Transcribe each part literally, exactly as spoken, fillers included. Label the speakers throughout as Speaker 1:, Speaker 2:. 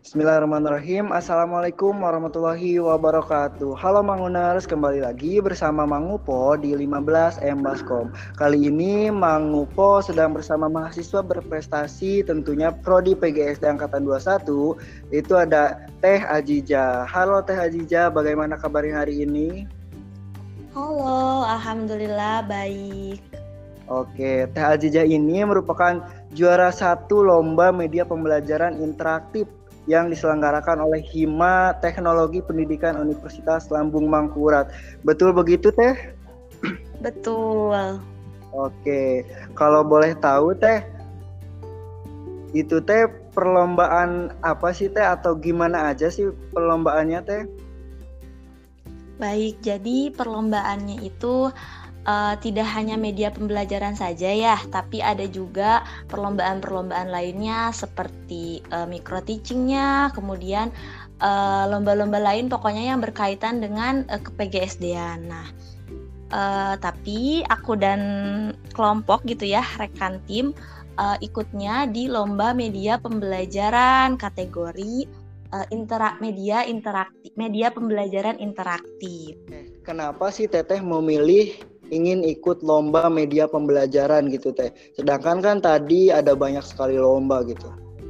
Speaker 1: Bismillahirrahmanirrahim. Assalamualaikum warahmatullahi wabarakatuh. Halo Manguners, kembali lagi bersama Mang Upo di lima belas M Baskom. Kali ini Mang Upo sedang bersama mahasiswa berprestasi, tentunya Prodi P G S D Angkatan dua puluh satu, yaitu ada Teh Ajija. Halo Teh Ajija, bagaimana kabarnya hari ini?
Speaker 2: Halo, alhamdulillah baik.
Speaker 1: Oke, Teh Ajija ini merupakan juara satu lomba media pembelajaran interaktif yang diselenggarakan oleh Hima Teknologi Pendidikan Universitas Lambung Mangkurat. Betul begitu, Teh?
Speaker 2: Betul.
Speaker 1: Oke, kalau boleh tahu, Teh, itu Teh perlombaan apa sih, Teh? Atau gimana aja sih perlombaannya, Teh?
Speaker 2: Baik, jadi perlombaannya itu uh, tidak hanya media pembelajaran saja ya, tapi ada juga perlombaan-perlombaan lainnya seperti uh, micro teachingnya, kemudian uh, lomba-lomba lain pokoknya yang berkaitan dengan uh, ke P G S D-an. Nah, uh, tapi aku dan kelompok gitu ya, rekan tim uh, ikutnya di lomba media pembelajaran kategori uh, interak media interaktif, media pembelajaran interaktif.
Speaker 1: Kenapa sih Teteh memilih ingin ikut lomba media pembelajaran gitu, Teh? Sedangkan kan tadi ada banyak sekali lomba gitu.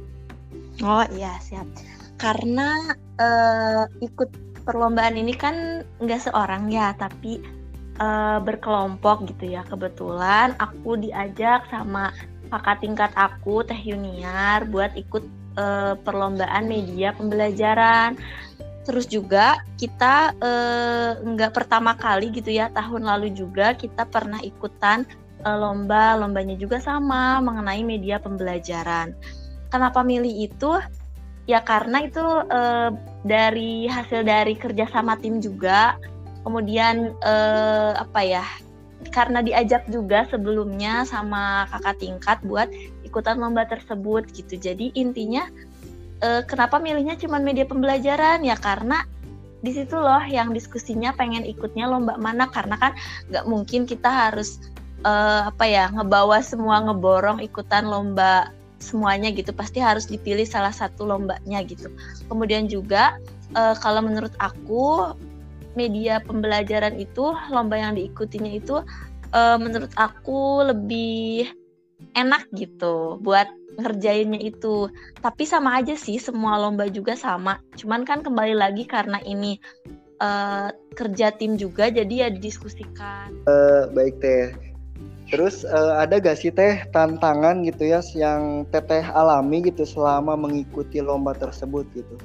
Speaker 2: Oh iya, siap. Karena uh, ikut perlombaan ini kan nggak seorang ya, tapi uh, berkelompok gitu ya. Kebetulan aku diajak sama kakak tingkat aku, Teh Yuniar, buat ikut uh, perlombaan media pembelajaran. Terus juga kita eh, nggak pertama kali gitu ya, tahun lalu juga kita pernah ikutan eh, lomba, lombanya juga sama mengenai media pembelajaran. Kenapa milih itu? Ya karena itu eh, dari hasil dari kerjasama tim juga, kemudian eh, apa ya, karena diajak juga sebelumnya sama kakak tingkat buat ikutan lomba tersebut gitu. Jadi intinya Uh, kenapa milihnya cuma media pembelajaran ya, karena di situ loh yang diskusinya pengen ikutnya lomba mana, karena kan nggak mungkin kita harus uh, apa ya ngebawa semua, ngeborong ikutan lomba semuanya gitu, pasti harus dipilih salah satu lombanya gitu. Kemudian juga uh, kalau menurut aku media pembelajaran itu lomba yang diikutinya itu uh, menurut aku lebih enak gitu buat ngerjainnya itu. Tapi sama aja sih, semua lomba juga sama, cuman kan kembali lagi karena ini uh, kerja tim juga, jadi ya didiskusikan.
Speaker 1: Uh, baik Teh. Terus uh, ada gak sih Teh tantangan gitu ya yang Teteh alami gitu selama mengikuti lomba tersebut gitu?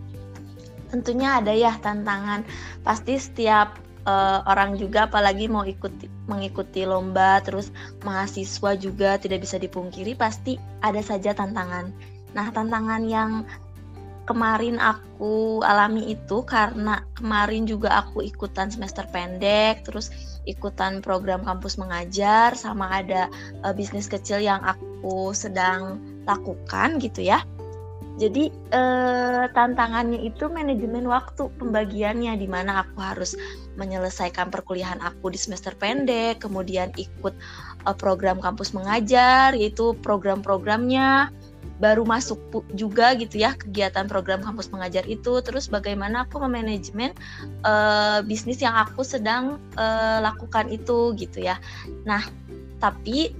Speaker 2: Tentunya ada ya tantangan. Pasti setiap uh, orang juga apalagi mau ikuti mengikuti lomba, terus mahasiswa juga tidak bisa dipungkiri pasti ada saja tantangan. Nah, tantangan yang kemarin aku alami itu karena kemarin juga aku ikutan semester pendek, terus ikutan program kampus mengajar, sama ada uh, bisnis kecil yang aku sedang lakukan gitu ya. Jadi eh, tantangannya itu manajemen waktu pembagiannya, di mana aku harus menyelesaikan perkuliahan aku di semester pendek, kemudian ikut eh, program kampus mengajar, yaitu program-programnya baru masuk juga gitu ya, kegiatan program kampus mengajar itu. Terus bagaimana aku memanajemen eh, bisnis yang aku sedang eh, lakukan itu gitu ya. Nah, tapi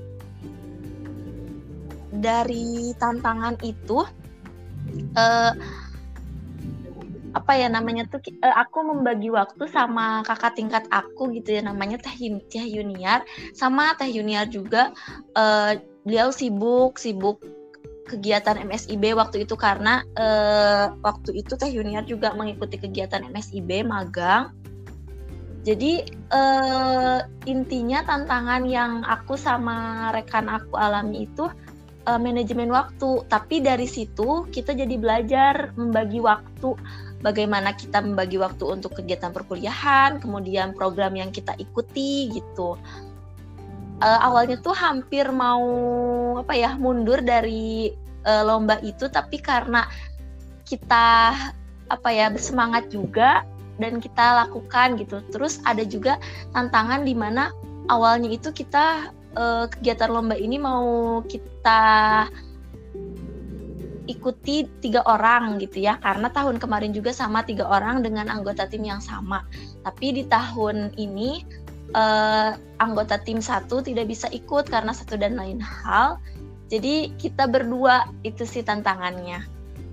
Speaker 2: dari tantangan itu Uh, apa ya namanya tuh uh, aku membagi waktu sama kakak tingkat aku gitu ya, namanya Teh Yuniar, sama Teh Yuniar juga uh, beliau sibuk sibuk kegiatan M S I B waktu itu, karena uh, waktu itu Teh Yuniar juga mengikuti kegiatan M S I B magang. Jadi uh, intinya tantangan yang aku sama rekan aku alami itu Uh, manajemen waktu. Tapi dari situ kita jadi belajar membagi waktu, bagaimana kita membagi waktu untuk kegiatan perkuliahan, kemudian program yang kita ikuti gitu. Uh, awalnya tuh hampir mau apa ya mundur dari uh, lomba itu, tapi karena kita apa ya bersemangat juga dan kita lakukan gitu. Terus ada juga tantangan di mana awalnya itu kita Uh, kegiatan lomba ini mau kita ikuti tiga orang gitu ya, karena tahun kemarin juga sama tiga orang dengan anggota tim yang sama. Tapi di tahun ini uh, anggota tim satu tidak bisa ikut karena satu dan lain hal. Jadi kita berdua itu sih tantangannya.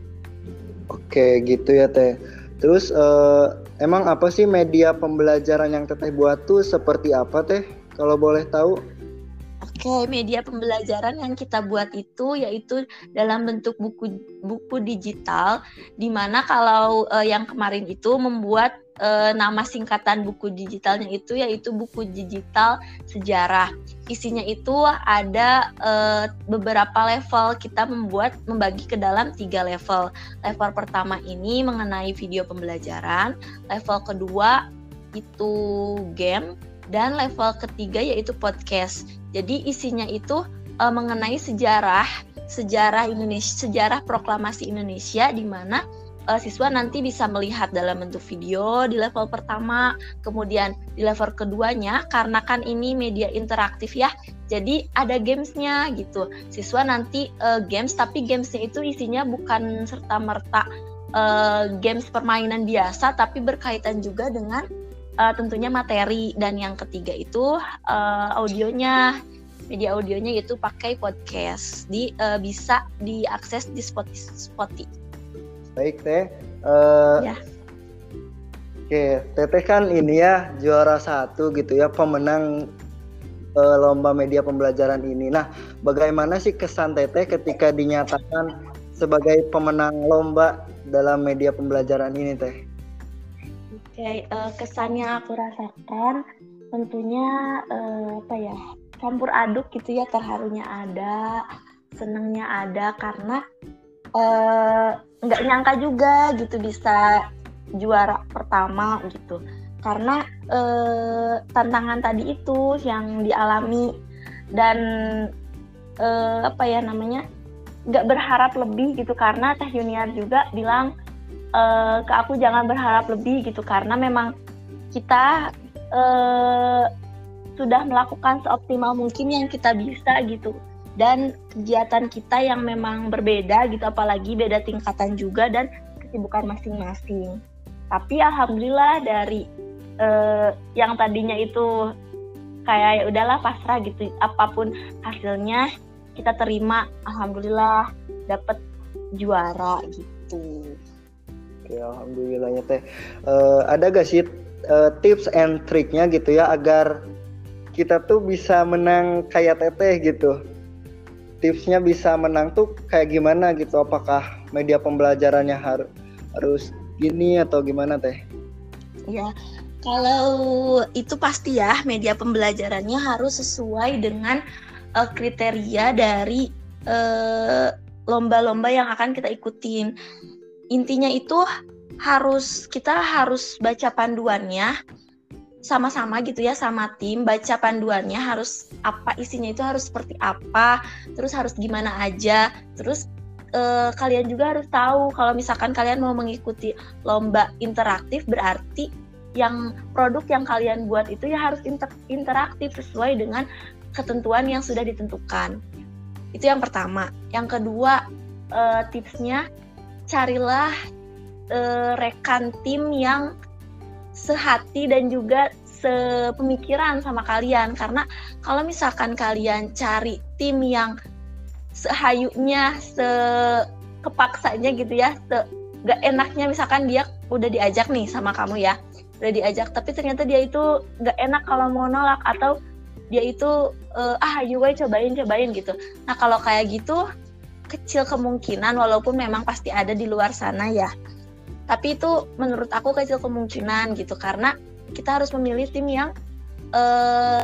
Speaker 1: Oke gitu ya Teh. Terus uh, emang apa sih media pembelajaran yang Teteh buat tuh seperti apa Teh? Kalau boleh tahu?
Speaker 2: Oke, media pembelajaran yang kita buat itu yaitu dalam bentuk buku buku digital, di mana kalau uh, yang kemarin itu membuat uh, nama singkatan buku digitalnya itu yaitu buku digital sejarah. Isinya itu ada uh, beberapa level, kita membuat membagi ke dalam tiga level. Level pertama ini mengenai video pembelajaran, level kedua itu game, dan level ketiga yaitu podcast. Jadi isinya itu uh, mengenai sejarah sejarah Indonesia, sejarah proklamasi Indonesia, di mana uh, siswa nanti bisa melihat dalam bentuk video di level pertama, kemudian di level keduanya karena kan ini media interaktif ya, jadi ada gamesnya gitu. Siswa nanti uh, games, tapi gamesnya itu isinya bukan serta-merta uh, games permainan biasa, tapi berkaitan juga dengan Uh, tentunya materi. Dan yang ketiga itu uh, audionya, media audionya itu pakai podcast, di uh, bisa diakses di Spotify.
Speaker 1: Baik Teh. Uh,
Speaker 2: ya.
Speaker 1: Oke, Teteh kan ini ya juara satu gitu ya, pemenang uh, lomba media pembelajaran ini. Nah, bagaimana sih kesan Teteh ketika dinyatakan sebagai pemenang lomba dalam media pembelajaran ini Teh?
Speaker 2: Oke, uh, kesannya aku rasakan tentunya uh, apa ya, campur aduk gitu ya, terharunya ada, senangnya ada, karena nggak uh, nyangka juga gitu bisa juara pertama gitu, karena uh, tantangan tadi itu yang dialami, dan uh, apa ya namanya, nggak berharap lebih gitu, karena Teh Yuniar juga bilang Uh, ke aku jangan berharap lebih gitu, karena memang kita uh, sudah melakukan seoptimal mungkin yang kita bisa gitu, dan kegiatan kita yang memang berbeda gitu, apalagi beda tingkatan juga dan kesibukan masing-masing. Tapi alhamdulillah dari uh, yang tadinya itu kayak ya udahlah pasrah gitu, apapun hasilnya kita terima, alhamdulillah dapat juara gitu.
Speaker 1: Ya, alhamdulillahnya Teh. Uh, ada gak sih uh, tips and triknya gitu ya agar kita tuh bisa menang kayak Teteh gitu? Tipsnya bisa menang tuh kayak gimana gitu? Apakah media pembelajarannya har- harus gini atau gimana Teh?
Speaker 2: Ya, kalau itu pasti ya media pembelajarannya harus sesuai dengan uh, kriteria dari uh, lomba-lomba yang akan kita ikutin. Intinya itu harus kita harus baca panduannya sama-sama gitu ya, sama tim, baca panduannya harus apa, isinya itu harus seperti apa, terus harus gimana aja, terus eh, kalian juga harus tahu kalau misalkan kalian mau mengikuti lomba interaktif, berarti yang produk yang kalian buat itu ya harus inter- interaktif sesuai dengan ketentuan yang sudah ditentukan. Itu yang pertama. Yang kedua, eh, tipsnya carilah uh, rekan tim yang sehati dan juga sepemikiran sama kalian, karena kalau misalkan kalian cari tim yang sehayunya, sekepaksanya gitu ya, se gak enaknya, misalkan dia udah diajak nih sama kamu ya, udah diajak tapi ternyata dia itu gak enak kalau mau nolak, atau dia itu uh, ah ayo gue cobain cobain gitu. Nah kalau kayak gitu kecil kemungkinan, walaupun memang pasti ada di luar sana ya, tapi itu menurut aku kecil kemungkinan gitu, karena kita harus memilih tim yang uh,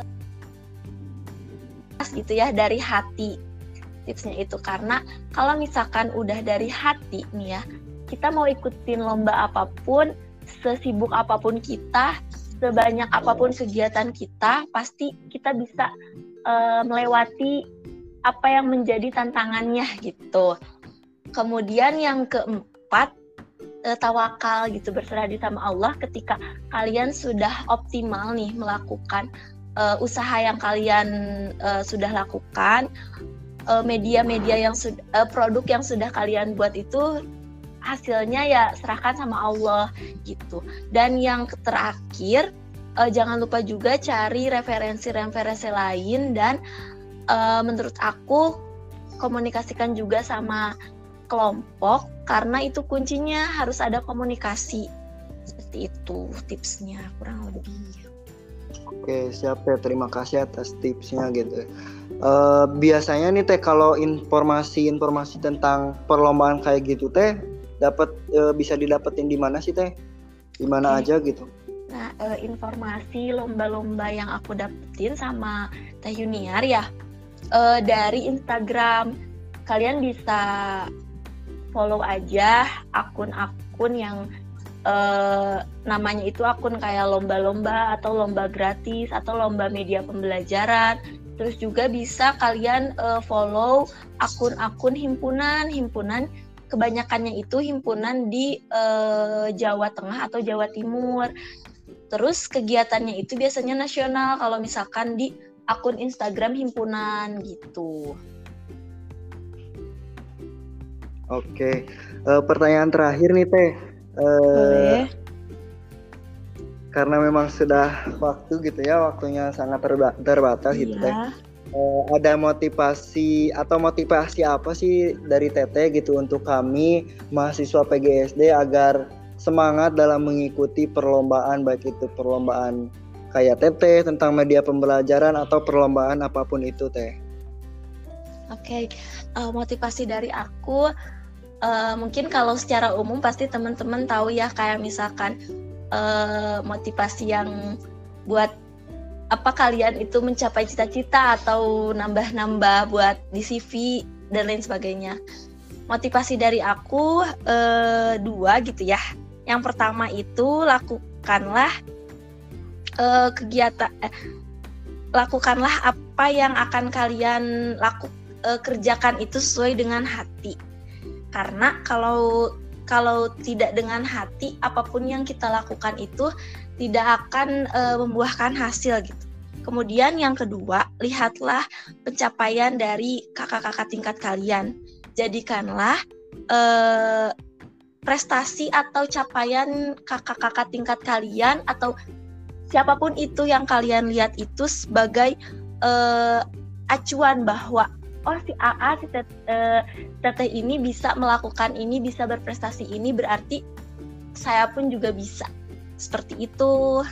Speaker 2: gitu ya, dari hati. Tipsnya itu, karena kalau misalkan udah dari hati nih ya, kita mau ikutin lomba apapun, sesibuk apapun kita, sebanyak apapun kegiatan kita, pasti kita bisa uh, melewati apa yang menjadi tantangannya gitu. Kemudian yang keempat, e, tawakal gitu, berserah di sama Allah. Ketika kalian sudah optimal nih melakukan e, usaha yang kalian e, sudah lakukan, uh, media-media yang sudah uh, produk yang sudah kalian buat itu hasilnya ya serahkan sama Allah gitu. Dan yang terakhir, uh, jangan lupa juga cari referensi-referensi lain, dan uh, menurut aku komunikasikan juga sama kelompok, karena itu kuncinya harus ada komunikasi. Seperti itu tipsnya kurang lebih.
Speaker 1: Oke, siap Teh. Terima kasih atas tipsnya gitu. Uh, biasanya nih Teh, kalau informasi-informasi tentang perlombaan kayak gitu Teh, dapat uh, bisa didapetin di mana sih Teh? Di mana
Speaker 2: Oke.
Speaker 1: aja gitu?
Speaker 2: Nah, uh, informasi lomba-lomba yang aku dapetin sama Teh Yuniar ya uh, dari Instagram. Kalian bisa follow aja akun-akun yang uh, namanya itu akun kayak lomba-lomba atau lomba gratis atau lomba media pembelajaran. Terus juga bisa kalian uh, follow akun-akun himpunan, himpunan kebanyakannya itu himpunan di uh, Jawa Tengah atau Jawa Timur. Terus kegiatannya itu biasanya nasional kalau misalkan di akun Instagram himpunan gitu.
Speaker 1: Oke, uh, pertanyaan terakhir nih Teh. Uh,
Speaker 2: Boleh.
Speaker 1: Karena memang sudah waktu gitu ya, waktunya sangat terba- terbatas
Speaker 2: Iya.
Speaker 1: gitu Teh. Uh, ada motivasi atau motivasi apa sih dari Teteh gitu untuk kami mahasiswa P G S D agar semangat dalam mengikuti perlombaan, baik itu perlombaan kayak Teteh tentang media pembelajaran atau perlombaan apapun itu Teh.
Speaker 2: Oke, uh, motivasi dari aku uh, mungkin kalau secara umum pasti teman-teman tahu ya, kayak misalkan uh, motivasi yang buat apa kalian itu mencapai cita-cita atau nambah-nambah buat di C V dan lain sebagainya. Motivasi dari aku uh, dua gitu ya. Yang pertama itu lakukanlah uh, kegiatan, eh, lakukanlah apa yang akan kalian lakukan. Kerjakan itu sesuai dengan hati, karena kalau kalau tidak dengan hati, apapun yang kita lakukan itu tidak akan e, membuahkan hasil gitu. Kemudian yang kedua, lihatlah pencapaian dari kakak-kakak tingkat kalian. Jadikanlah e, prestasi atau capaian kakak-kakak tingkat kalian atau siapapun itu yang kalian lihat itu sebagai e, acuan bahwa oh si A A, si Teteh ini bisa melakukan ini, bisa berprestasi ini, berarti saya pun juga bisa. Seperti itu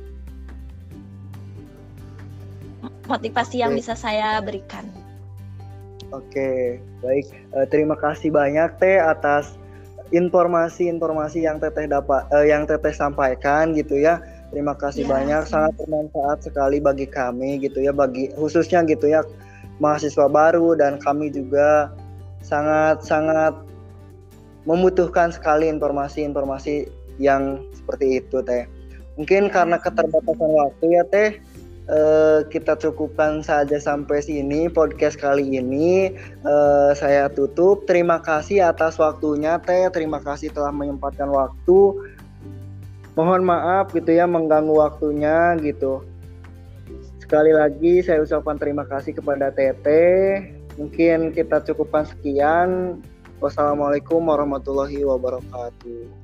Speaker 2: motivasi yang bisa saya berikan.
Speaker 1: Oke, baik. Uh, terima kasih banyak Teh atas informasi-informasi yang Teteh dapat, uh, yang Teteh sampaikan gitu ya. Terima kasih ya, banyak, ya. Sangat bermanfaat sekali bagi kami gitu ya, bagi khususnya gitu ya mahasiswa baru, dan kami juga sangat-sangat membutuhkan sekali informasi-informasi yang seperti itu Teh. Mungkin karena keterbatasan waktu ya Teh, eh, kita cukupkan saja sampai sini podcast kali ini. Eh, saya tutup. Terima kasih atas waktunya Teh. Terima kasih telah menyempatkan waktu. Mohon maaf gitu ya mengganggu waktunya gitu. Sekali lagi saya ucapkan terima kasih kepada Teteh. Mungkin kita cukupkan sekian. Wassalamualaikum warahmatullahi wabarakatuh.